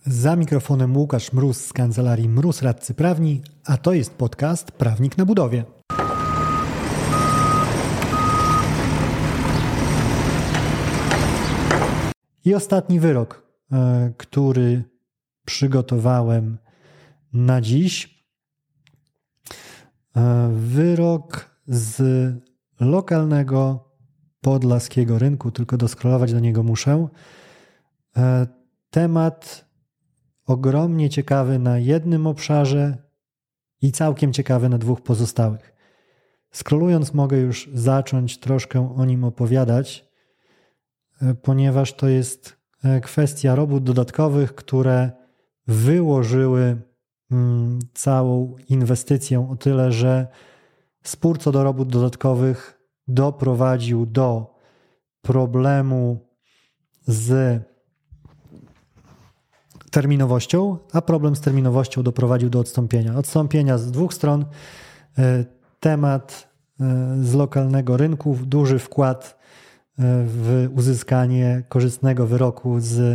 Za mikrofonem Łukasz Mróz z kancelarii Mróz Radcy Prawni, a to jest podcast Prawnik na budowie. I ostatni wyrok, który przygotowałem na dziś. Wyrok z lokalnego podlaskiego rynku, tylko doskrolować do niego muszę. Temat ogromnie ciekawy na jednym obszarze i całkiem ciekawy na dwóch pozostałych. Scrollując mogę już zacząć troszkę o nim opowiadać, ponieważ to jest kwestia robót dodatkowych, które wyłożyły całą inwestycję o tyle, że spór co do robót dodatkowych doprowadził do problemu z terminowością, a problem z terminowością doprowadził do odstąpienia. Odstąpienia z dwóch stron. Temat z lokalnego rynku, duży wkład w uzyskanie korzystnego wyroku z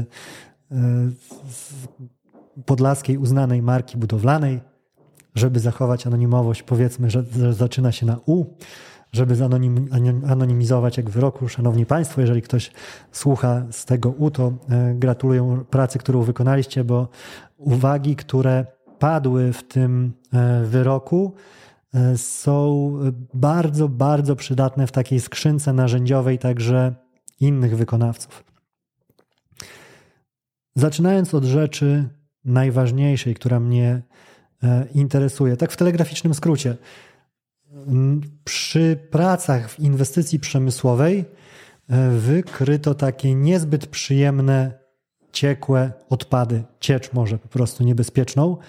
podlaskiej uznanej marki budowlanej. Żeby zachować anonimowość, powiedzmy, że zaczyna się na U. Żeby anonimizować jak wyroku. Szanowni Państwo, jeżeli ktoś słucha z tego U, to gratuluję pracy, którą wykonaliście, bo uwagi, które padły w tym wyroku, są bardzo, bardzo przydatne w takiej skrzynce narzędziowej także innych wykonawców. Zaczynając od rzeczy najważniejszej, która mnie interesuje, tak w telegraficznym skrócie. Przy pracach w inwestycji przemysłowej wykryto takie niezbyt przyjemne, ciekłe odpady, ciecz może po prostu niebezpieczną,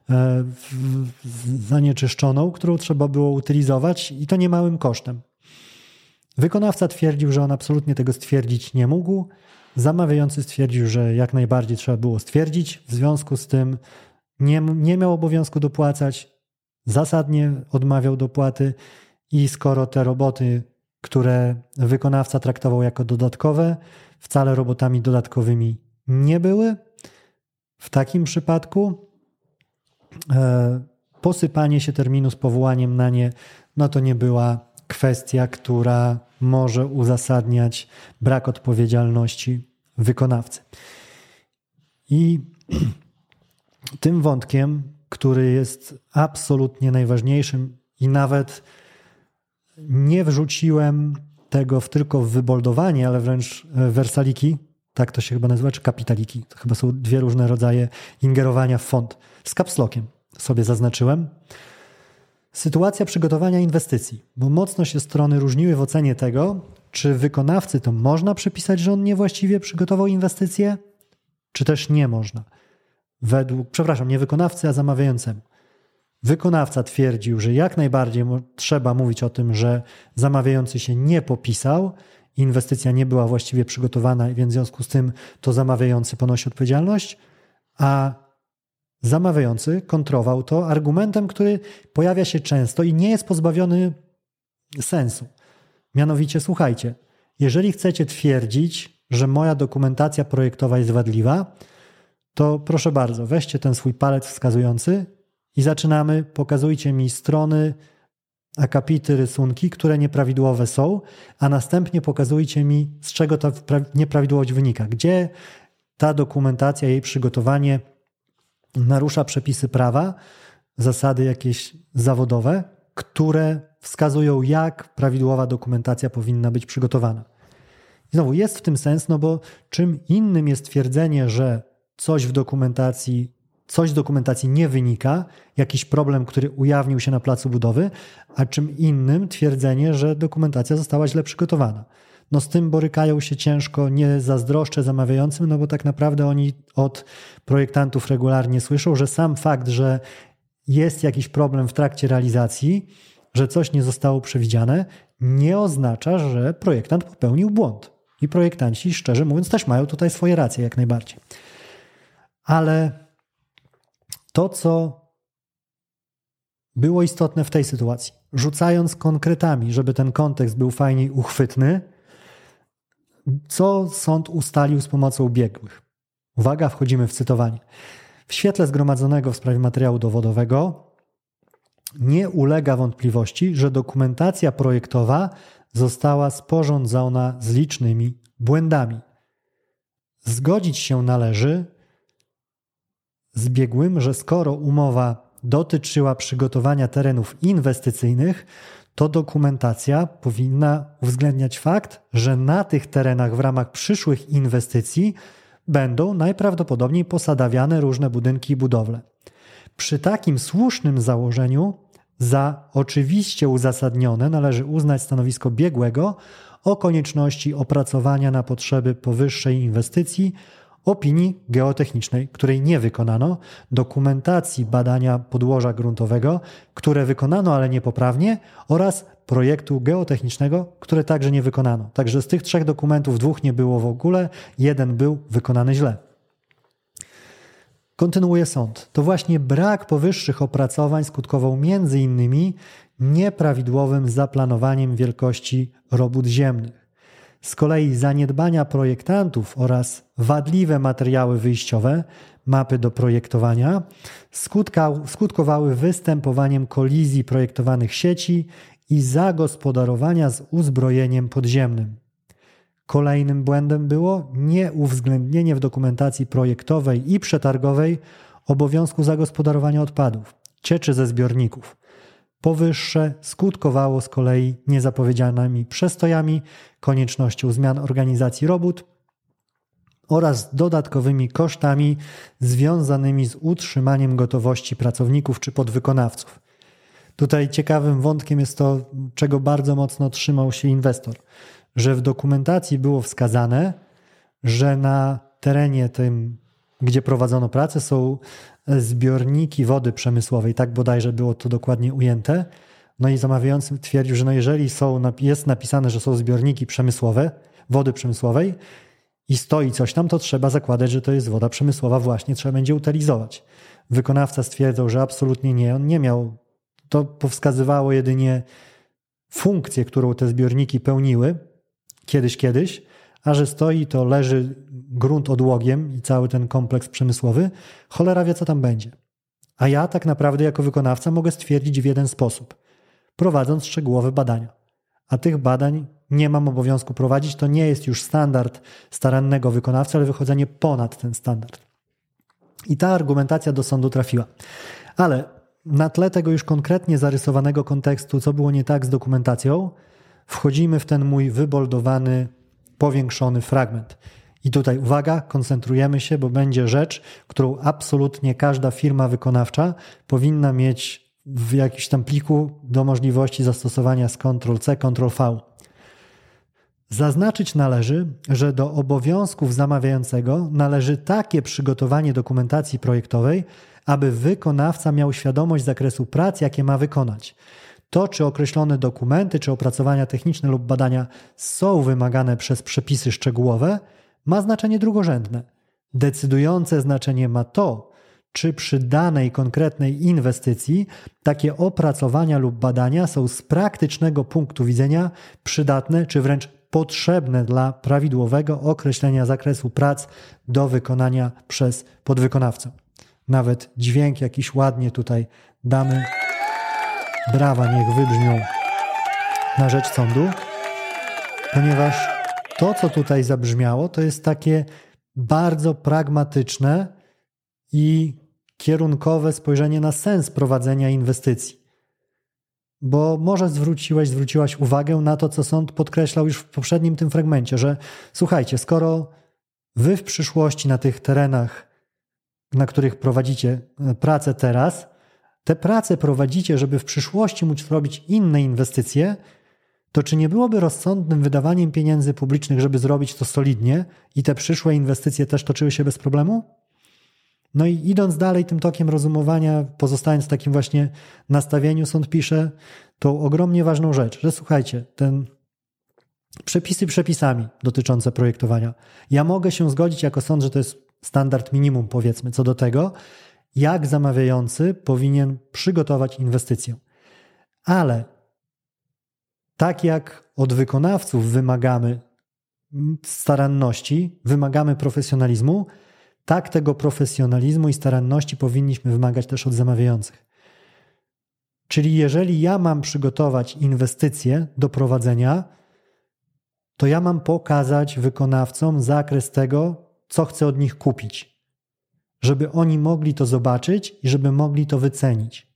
zanieczyszczoną, którą trzeba było utylizować i to niemałym kosztem. Wykonawca twierdził, że on absolutnie tego stwierdzić nie mógł. Zamawiający stwierdził, że jak najbardziej trzeba było stwierdzić. W związku z tym nie miał obowiązku dopłacać. Zasadnie odmawiał dopłaty i skoro te roboty, które wykonawca traktował jako dodatkowe, wcale robotami dodatkowymi nie były, w takim przypadku posypanie się terminu z powołaniem na nie, no to nie była kwestia, która może uzasadniać brak odpowiedzialności wykonawcy. I tym wątkiem, który jest absolutnie najważniejszym i nawet nie wrzuciłem tego tylko w wyboldowanie, ale wręcz wersaliki, tak to się chyba nazywa, czy kapitaliki. To chyba są dwie różne rodzaje ingerowania w font. Z capslockiem sobie zaznaczyłem. Sytuacja przygotowania inwestycji, bo mocno się strony różniły w ocenie tego, czy wykonawcy to można przypisać, że on niewłaściwie przygotował inwestycje, czy też nie można. Nie wykonawcy, a zamawiającemu. Wykonawca twierdził, że jak najbardziej trzeba mówić o tym, że zamawiający się nie popisał, inwestycja nie była właściwie przygotowana, więc w związku z tym to zamawiający ponosi odpowiedzialność, a zamawiający kontrował to argumentem, który pojawia się często i nie jest pozbawiony sensu. Mianowicie, słuchajcie, jeżeli chcecie twierdzić, że moja dokumentacja projektowa jest wadliwa, to proszę bardzo, weźcie ten swój palec wskazujący i zaczynamy. Pokazujcie mi strony, akapity, rysunki, które nieprawidłowe są, a następnie pokazujcie mi, z czego ta nieprawidłowość wynika. Gdzie ta dokumentacja, jej przygotowanie narusza przepisy prawa, zasady jakieś zawodowe, które wskazują, jak prawidłowa dokumentacja powinna być przygotowana. I znowu jest w tym sens, no bo czym innym jest twierdzenie, że coś z dokumentacji nie wynika, jakiś problem, który ujawnił się na placu budowy, a czym innym twierdzenie, że dokumentacja została źle przygotowana. No z tym borykają się ciężko, nie zazdroszczę zamawiającym, no bo tak naprawdę oni od projektantów regularnie słyszą, że sam fakt, że jest jakiś problem w trakcie realizacji, że coś nie zostało przewidziane, nie oznacza, że projektant popełnił błąd. I projektanci, szczerze mówiąc, też mają tutaj swoje racje jak najbardziej. Ale to, co było istotne w tej sytuacji, rzucając konkretami, żeby ten kontekst był fajniej uchwytny, co sąd ustalił z pomocą biegłych. Uwaga, wchodzimy w cytowanie. W świetle zgromadzonego w sprawie materiału dowodowego nie ulega wątpliwości, że dokumentacja projektowa została sporządzona z licznymi błędami. Zgodzić się należy z biegłym, że skoro umowa dotyczyła przygotowania terenów inwestycyjnych, to dokumentacja powinna uwzględniać fakt, że na tych terenach w ramach przyszłych inwestycji będą najprawdopodobniej posadawiane różne budynki i budowle. Przy takim słusznym założeniu za oczywiście uzasadnione należy uznać stanowisko biegłego o konieczności opracowania na potrzeby powyższej inwestycji opinii geotechnicznej, której nie wykonano, dokumentacji badania podłoża gruntowego, które wykonano, ale niepoprawnie, oraz projektu geotechnicznego, które także nie wykonano. Także z tych 3 dokumentów 2 nie było w ogóle, 1 był wykonany źle. Kontynuuje sąd. To właśnie brak powyższych opracowań skutkował m.in. nieprawidłowym zaplanowaniem wielkości robót ziemnych. Z kolei zaniedbania projektantów oraz wadliwe materiały wyjściowe, mapy do projektowania, skutkowały występowaniem kolizji projektowanych sieci i zagospodarowania z uzbrojeniem podziemnym. Kolejnym błędem było nieuwzględnienie w dokumentacji projektowej i przetargowej obowiązku zagospodarowania odpadów, cieczy ze zbiorników. Powyższe skutkowało z kolei niezapowiedzianymi przestojami, koniecznością zmian organizacji robót oraz dodatkowymi kosztami związanymi z utrzymaniem gotowości pracowników czy podwykonawców. Tutaj ciekawym wątkiem jest to, czego bardzo mocno trzymał się inwestor, że w dokumentacji było wskazane, że na terenie tym, gdzie prowadzono pracę, są zbiorniki wody przemysłowej, tak bodajże było to dokładnie ujęte. No i zamawiający twierdził, że jeżeli jest napisane, że są zbiorniki przemysłowe, wody przemysłowej i stoi coś tam, to trzeba zakładać, że to jest woda przemysłowa właśnie, trzeba będzie utylizować. Wykonawca stwierdzał, że absolutnie nie, on nie miał, to powskazywało jedynie funkcję, którą te zbiorniki pełniły kiedyś, a że stoi, to leży grunt odłogiem i cały ten kompleks przemysłowy, cholera wie, co tam będzie. A ja tak naprawdę jako wykonawca mogę stwierdzić w jeden sposób, prowadząc szczegółowe badania. A tych badań nie mam obowiązku prowadzić, to nie jest już standard starannego wykonawcy, ale wychodzenie ponad ten standard. I ta argumentacja do sądu trafiła. Ale na tle tego już konkretnie zarysowanego kontekstu, co było nie tak z dokumentacją, wchodzimy w ten mój wyboldowany, powiększony fragment. I tutaj uwaga, koncentrujemy się, bo będzie rzecz, którą absolutnie każda firma wykonawcza powinna mieć w jakimś tam pliku do możliwości zastosowania z Ctrl-C, Ctrl-V. Zaznaczyć należy, że do obowiązków zamawiającego należy takie przygotowanie dokumentacji projektowej, aby wykonawca miał świadomość zakresu prac, jakie ma wykonać. To, czy określone dokumenty, czy opracowania techniczne lub badania są wymagane przez przepisy szczegółowe, ma znaczenie drugorzędne. Decydujące znaczenie ma to, czy przy danej konkretnej inwestycji takie opracowania lub badania są z praktycznego punktu widzenia przydatne, czy wręcz potrzebne dla prawidłowego określenia zakresu prac do wykonania przez podwykonawcę. Nawet dźwięk jakiś ładnie tutaj damy. Brawa niech wybrzmią na rzecz sądu, ponieważ to, co tutaj zabrzmiało, to jest takie bardzo pragmatyczne i kierunkowe spojrzenie na sens prowadzenia inwestycji. Bo może zwróciłaś uwagę na to, co sąd podkreślał już w poprzednim tym fragmencie, że słuchajcie, skoro wy w przyszłości na tych terenach, na których prowadzicie pracę teraz, te prace prowadzicie, żeby w przyszłości móc robić inne inwestycje, to czy nie byłoby rozsądnym wydawaniem pieniędzy publicznych, żeby zrobić to solidnie i te przyszłe inwestycje też toczyły się bez problemu? No i idąc dalej tym tokiem rozumowania, pozostając w takim właśnie nastawieniu, sąd pisze tą ogromnie ważną rzecz, że słuchajcie, przepisy przepisami dotyczące projektowania. Ja mogę się zgodzić jako sąd, że to jest standard minimum, powiedzmy, co do tego, jak zamawiający powinien przygotować inwestycję. Ale tak jak od wykonawców wymagamy staranności, wymagamy profesjonalizmu, tak tego profesjonalizmu i staranności powinniśmy wymagać też od zamawiających. Czyli jeżeli ja mam przygotować inwestycje do prowadzenia, to ja mam pokazać wykonawcom zakres tego, co chcę od nich kupić, żeby oni mogli to zobaczyć i żeby mogli to wycenić.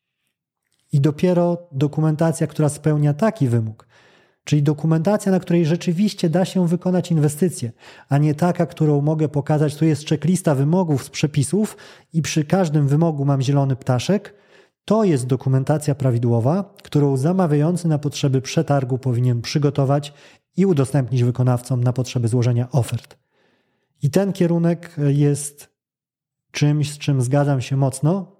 I dopiero dokumentacja, która spełnia taki wymóg, czyli dokumentacja, na której rzeczywiście da się wykonać inwestycje, a nie taka, którą mogę pokazać, tu jest checklista wymogów z przepisów i przy każdym wymogu mam zielony ptaszek, to jest dokumentacja prawidłowa, którą zamawiający na potrzeby przetargu powinien przygotować i udostępnić wykonawcom na potrzeby złożenia ofert. I ten kierunek jest czymś, z czym zgadzam się mocno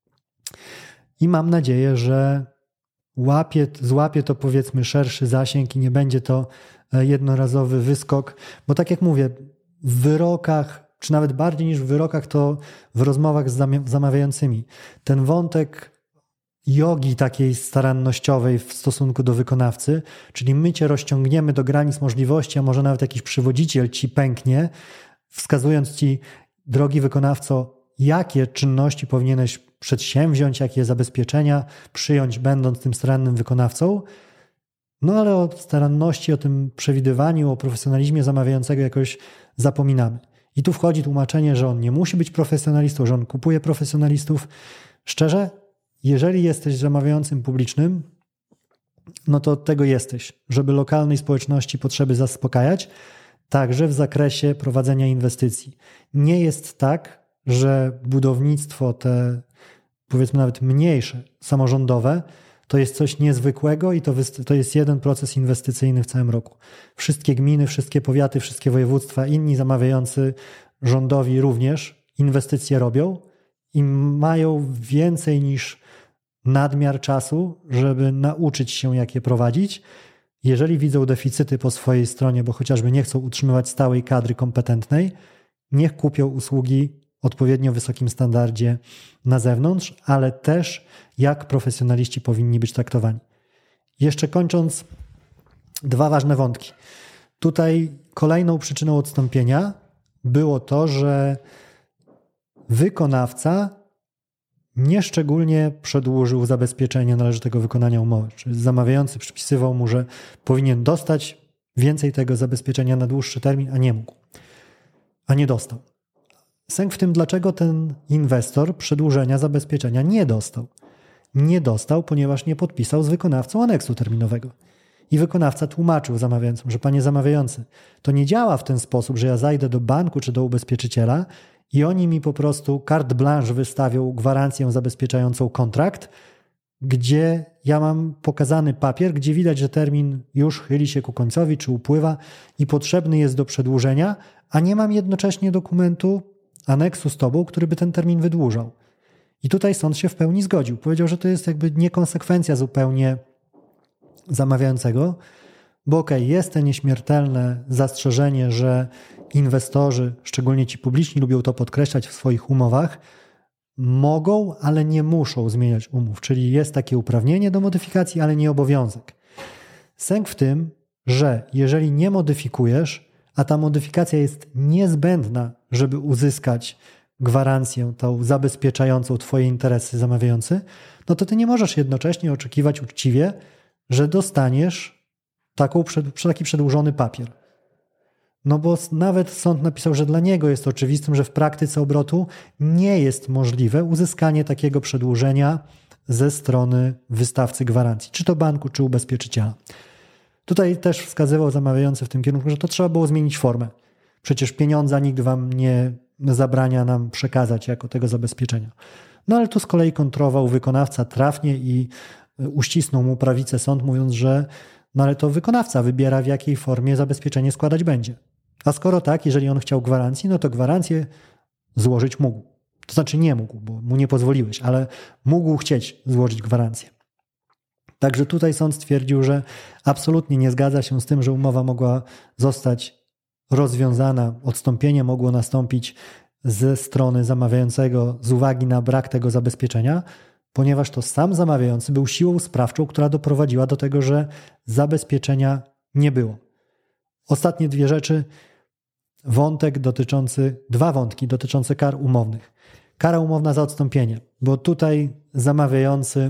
i mam nadzieję, że złapie to powiedzmy szerszy zasięg i nie będzie to jednorazowy wyskok, bo tak jak mówię, w wyrokach, czy nawet bardziej niż w wyrokach, to w rozmowach z zamawiającymi, ten wątek jogi takiej starannościowej w stosunku do wykonawcy, czyli my cię rozciągniemy do granic możliwości, a może nawet jakiś przywodziciel ci pęknie, wskazując ci, drogi wykonawco, jakie czynności powinieneś przedsięwziąć, jakie zabezpieczenia przyjąć, będąc tym starannym wykonawcą. No ale o staranności, o tym przewidywaniu, o profesjonalizmie zamawiającego jakoś zapominamy. I tu wchodzi tłumaczenie, że on nie musi być profesjonalistą, że on kupuje profesjonalistów. Szczerze, jeżeli jesteś zamawiającym publicznym, no to od tego jesteś, żeby lokalnej społeczności potrzeby zaspokajać, także w zakresie prowadzenia inwestycji. Nie jest tak, że budownictwo te, powiedzmy nawet mniejsze, samorządowe, to jest coś niezwykłego i to jest jeden proces inwestycyjny w całym roku. Wszystkie gminy, wszystkie powiaty, wszystkie województwa, inni zamawiający rządowi również inwestycje robią i mają więcej niż nadmiar czasu, żeby nauczyć się, jak je prowadzić. Jeżeli widzą deficyty po swojej stronie, bo chociażby nie chcą utrzymywać stałej kadry kompetentnej, niech kupią usługi o odpowiednio wysokim standardzie na zewnątrz, ale też jak profesjonaliści powinni być traktowani. Jeszcze kończąc, dwa ważne wątki. Tutaj kolejną przyczyną odstąpienia było to, że wykonawca nieszczególnie przedłużył zabezpieczenie należytego wykonania umowy. Czyli zamawiający przypisywał mu, że powinien dostać więcej tego zabezpieczenia na dłuższy termin, a nie mógł. A nie dostał. Sęk w tym, dlaczego ten inwestor przedłużenia zabezpieczenia nie dostał. Nie dostał, ponieważ nie podpisał z wykonawcą aneksu terminowego. I wykonawca tłumaczył zamawiającym, że panie zamawiający, to nie działa w ten sposób, że ja zajdę do banku czy do ubezpieczyciela i oni mi po prostu carte blanche wystawią gwarancję zabezpieczającą kontrakt, gdzie ja mam pokazany papier, gdzie widać, że termin już chyli się ku końcowi czy upływa i potrzebny jest do przedłużenia, a nie mam jednocześnie dokumentu, aneksu z tobą, który by ten termin wydłużał. I tutaj sąd się w pełni zgodził. Powiedział, że to jest jakby niekonsekwencja zupełnie zamawiającego, bo jest to nieśmiertelne zastrzeżenie, że inwestorzy, szczególnie ci publiczni, lubią to podkreślać w swoich umowach, mogą, ale nie muszą zmieniać umów. Czyli jest takie uprawnienie do modyfikacji, ale nie obowiązek. Sęk w tym, że jeżeli nie modyfikujesz, a ta modyfikacja jest niezbędna, żeby uzyskać gwarancję tą zabezpieczającą twoje interesy zamawiający, no to ty nie możesz jednocześnie oczekiwać uczciwie, że dostaniesz taki przedłużony papier. No bo nawet sąd napisał, że dla niego jest oczywistym, że w praktyce obrotu nie jest możliwe uzyskanie takiego przedłużenia ze strony wystawcy gwarancji, czy to banku, czy ubezpieczyciela. Tutaj też wskazywał zamawiający w tym kierunku, że to trzeba było zmienić formę. Przecież pieniądza nikt wam nie zabrania nam przekazać jako tego zabezpieczenia. No ale tu z kolei kontrował wykonawca trafnie i uścisnął mu prawicę sąd, mówiąc, że no ale to wykonawca wybiera, w jakiej formie zabezpieczenie składać będzie. A skoro tak, jeżeli on chciał gwarancji, no to gwarancję złożyć mógł. To znaczy nie mógł, bo mu nie pozwoliłeś, ale mógł chcieć złożyć gwarancję. Także tutaj sąd stwierdził, że absolutnie nie zgadza się z tym, że umowa mogła zostać rozwiązana, odstąpienie mogło nastąpić ze strony zamawiającego z uwagi na brak tego zabezpieczenia, ponieważ to sam zamawiający był siłą sprawczą, która doprowadziła do tego, że zabezpieczenia nie było. Ostatnie dwie rzeczy. dwa wątki dotyczące kar umownych. Kara umowna za odstąpienie, bo tutaj zamawiający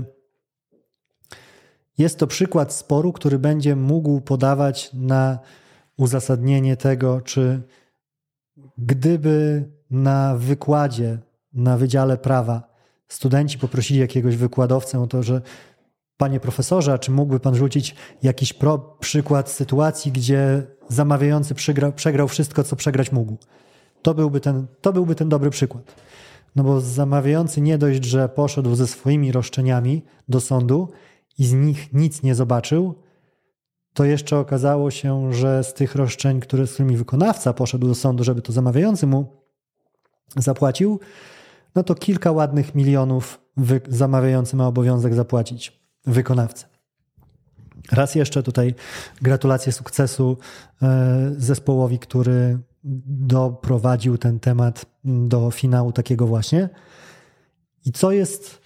jest to przykład sporu, który będzie mógł podawać na uzasadnienie tego, czy gdyby na wykładzie, na Wydziale Prawa studenci poprosili jakiegoś wykładowcę o to, że panie profesorze, a czy mógłby pan rzucić jakiś przykład sytuacji, gdzie zamawiający przegrał wszystko, co przegrać mógł. To byłby ten dobry przykład. No bo zamawiający nie dość, że poszedł ze swoimi roszczeniami do sądu i z nich nic nie zobaczył, to jeszcze okazało się, że z tych roszczeń, z którymi wykonawca poszedł do sądu, żeby to zamawiający mu zapłacił, no to kilka ładnych milionów zamawiający ma obowiązek zapłacić wykonawcy. Raz jeszcze tutaj gratulacje sukcesu zespołowi, który doprowadził ten temat do finału takiego właśnie. I co jest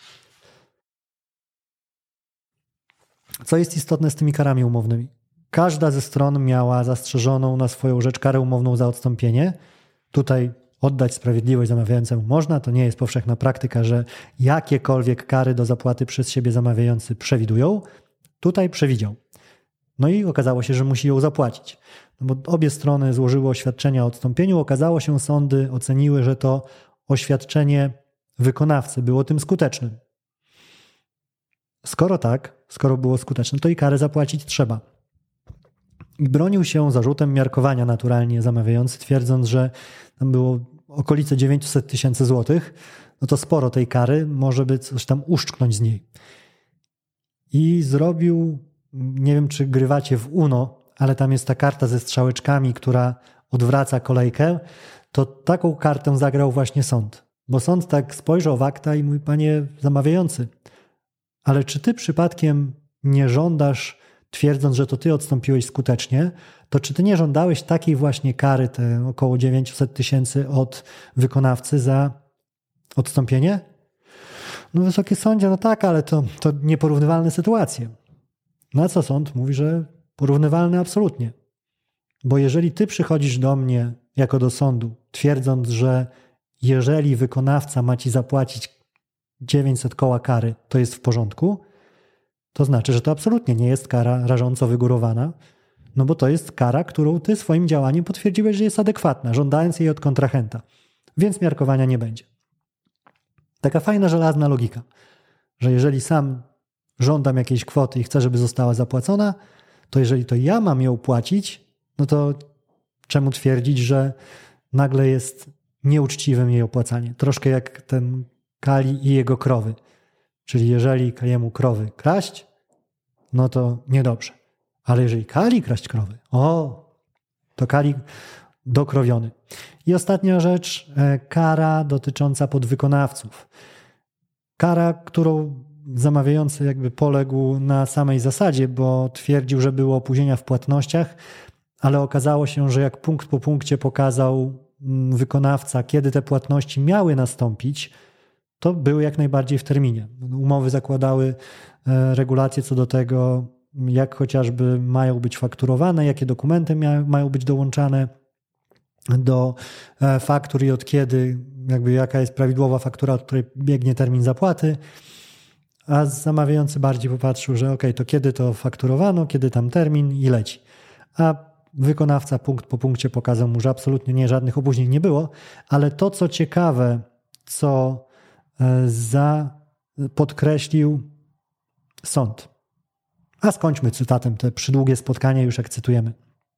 istotne z tymi karami umownymi? Każda ze stron miała zastrzeżoną na swoją rzecz karę umowną za odstąpienie. Tutaj oddać sprawiedliwość zamawiającemu można. To nie jest powszechna praktyka, że jakiekolwiek kary do zapłaty przez siebie zamawiający przewidują. Tutaj przewidział. No i okazało się, że musi ją zapłacić. No bo obie strony złożyły oświadczenia o odstąpieniu. Okazało się, sądy oceniły, że to oświadczenie wykonawcy było tym skutecznym. Skoro było skuteczne, to i karę zapłacić trzeba. I bronił się zarzutem miarkowania naturalnie zamawiający, twierdząc, że tam było okolice 900 tysięcy złotych, no to sporo tej kary, może by coś tam uszczknąć z niej. I zrobił, nie wiem czy grywacie w Uno, ale tam jest ta karta ze strzałeczkami, która odwraca kolejkę, to taką kartę zagrał właśnie sąd. Bo sąd tak spojrzał w akta i mówi: panie zamawiający, ale czy ty przypadkiem nie żądasz, twierdząc, że to ty odstąpiłeś skutecznie, to czy ty nie żądałeś takiej właśnie kary, te około 900 tysięcy od wykonawcy za odstąpienie? No wysoki sądzie, no tak, ale to nieporównywalne sytuacje. Na co sąd mówi, że porównywalne absolutnie. Bo jeżeli ty przychodzisz do mnie jako do sądu, twierdząc, że jeżeli wykonawca ma ci zapłacić 900 koła kary, to jest w porządku, to znaczy, że to absolutnie nie jest kara rażąco wygórowana, no bo to jest kara, którą ty swoim działaniem potwierdziłeś, że jest adekwatna, żądając jej od kontrahenta. Więc miarkowania nie będzie. Taka fajna, żelazna logika, że jeżeli sam żądam jakiejś kwoty i chcę, żeby została zapłacona, to jeżeli to ja mam ją płacić, no to czemu twierdzić, że nagle jest nieuczciwym jej opłacanie? Troszkę jak ten Kali i jego krowy. Czyli jeżeli Kaliemu krowy kraść, no to niedobrze. Ale jeżeli Kali kraść krowy, to Kali dokrowiony. I ostatnia rzecz, kara dotycząca podwykonawców. Kara, którą zamawiający jakby poległ na samej zasadzie, bo twierdził, że było opóźnienia w płatnościach, ale okazało się, że jak punkt po punkcie pokazał wykonawca, kiedy te płatności miały nastąpić, to były jak najbardziej w terminie. Umowy zakładały regulacje co do tego, jak chociażby mają być fakturowane, jakie dokumenty mają być dołączane do faktur i od kiedy, jakby jaka jest prawidłowa faktura, od której biegnie termin zapłaty, a zamawiający bardziej popatrzył, że to kiedy to fakturowano, kiedy tam termin i leci. A wykonawca punkt po punkcie pokazał mu, że absolutnie nie, żadnych opóźnień nie było, ale to co ciekawe, co podkreślił sąd. A skończmy cytatem te przydługie spotkania, już jak cytujemy.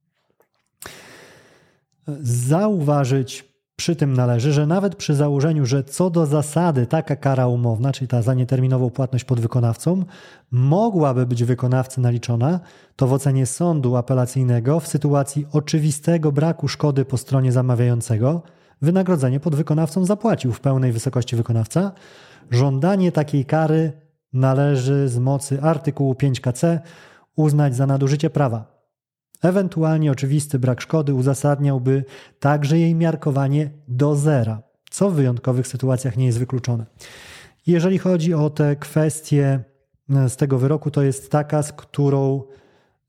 Zauważyć przy tym należy, że nawet przy założeniu, że co do zasady taka kara umowna, czyli ta za nieterminową płatność podwykonawcą, mogłaby być wykonawcy naliczona, to w ocenie sądu apelacyjnego w sytuacji oczywistego braku szkody po stronie zamawiającego wynagrodzenie podwykonawcą zapłacił w pełnej wysokości wykonawca. Żądanie takiej kary należy z mocy artykułu 5 k.c. uznać za nadużycie prawa. Ewentualnie oczywisty brak szkody uzasadniałby także jej miarkowanie do zera, co w wyjątkowych sytuacjach nie jest wykluczone. Jeżeli chodzi o te kwestie z tego wyroku, to jest taka, z którą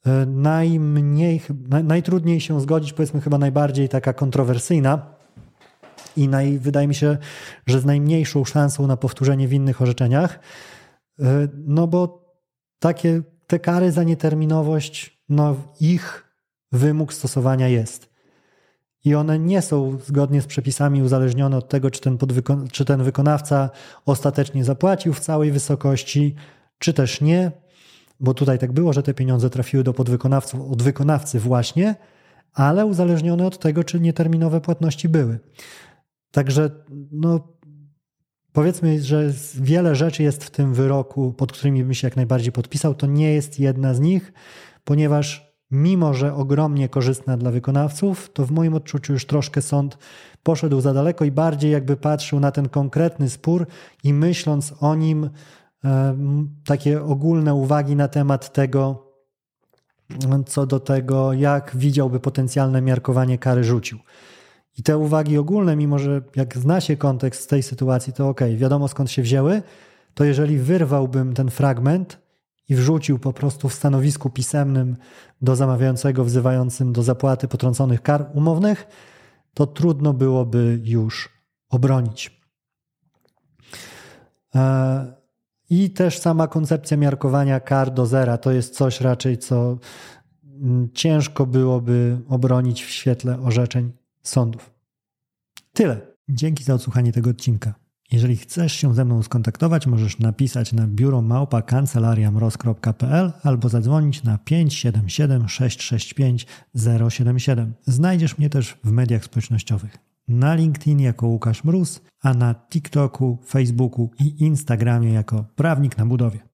najtrudniej się zgodzić, powiedzmy chyba najbardziej taka kontrowersyjna i wydaje mi się, że z najmniejszą szansą na powtórzenie w innych orzeczeniach, no bo te kary za nieterminowość, no ich wymóg stosowania jest. I one nie są zgodnie z przepisami uzależnione od tego, czy ten wykonawca ostatecznie zapłacił w całej wysokości, czy też nie, bo tutaj tak było, że te pieniądze trafiły do podwykonawców od wykonawcy właśnie, ale uzależnione od tego, czy nieterminowe płatności były. Także no, powiedzmy, że wiele rzeczy jest w tym wyroku, pod którymi bym się jak najbardziej podpisał. To nie jest jedna z nich, ponieważ mimo, że ogromnie korzystna dla wykonawców, to w moim odczuciu już troszkę sąd poszedł za daleko i bardziej jakby patrzył na ten konkretny spór i myśląc o nim takie ogólne uwagi na temat tego, co do tego, jak widziałby potencjalne miarkowanie kary rzucił. I te uwagi ogólne, mimo że jak zna się kontekst tej sytuacji, to okej, wiadomo skąd się wzięły, to jeżeli wyrwałbym ten fragment i wrzucił po prostu w stanowisku pisemnym do zamawiającego wzywającym do zapłaty potrąconych kar umownych, to trudno byłoby już obronić. I też sama koncepcja miarkowania kar do zera to jest coś raczej, co ciężko byłoby obronić w świetle orzeczeń sądów. Tyle. Dzięki za odsłuchanie tego odcinka. Jeżeli chcesz się ze mną skontaktować, możesz napisać na biuro@kancelariamroz.pl albo zadzwonić na 577 665 077. Znajdziesz mnie też w mediach społecznościowych. Na LinkedIn jako Łukasz Mróz, a na TikToku, Facebooku i Instagramie jako Prawnik na Budowie.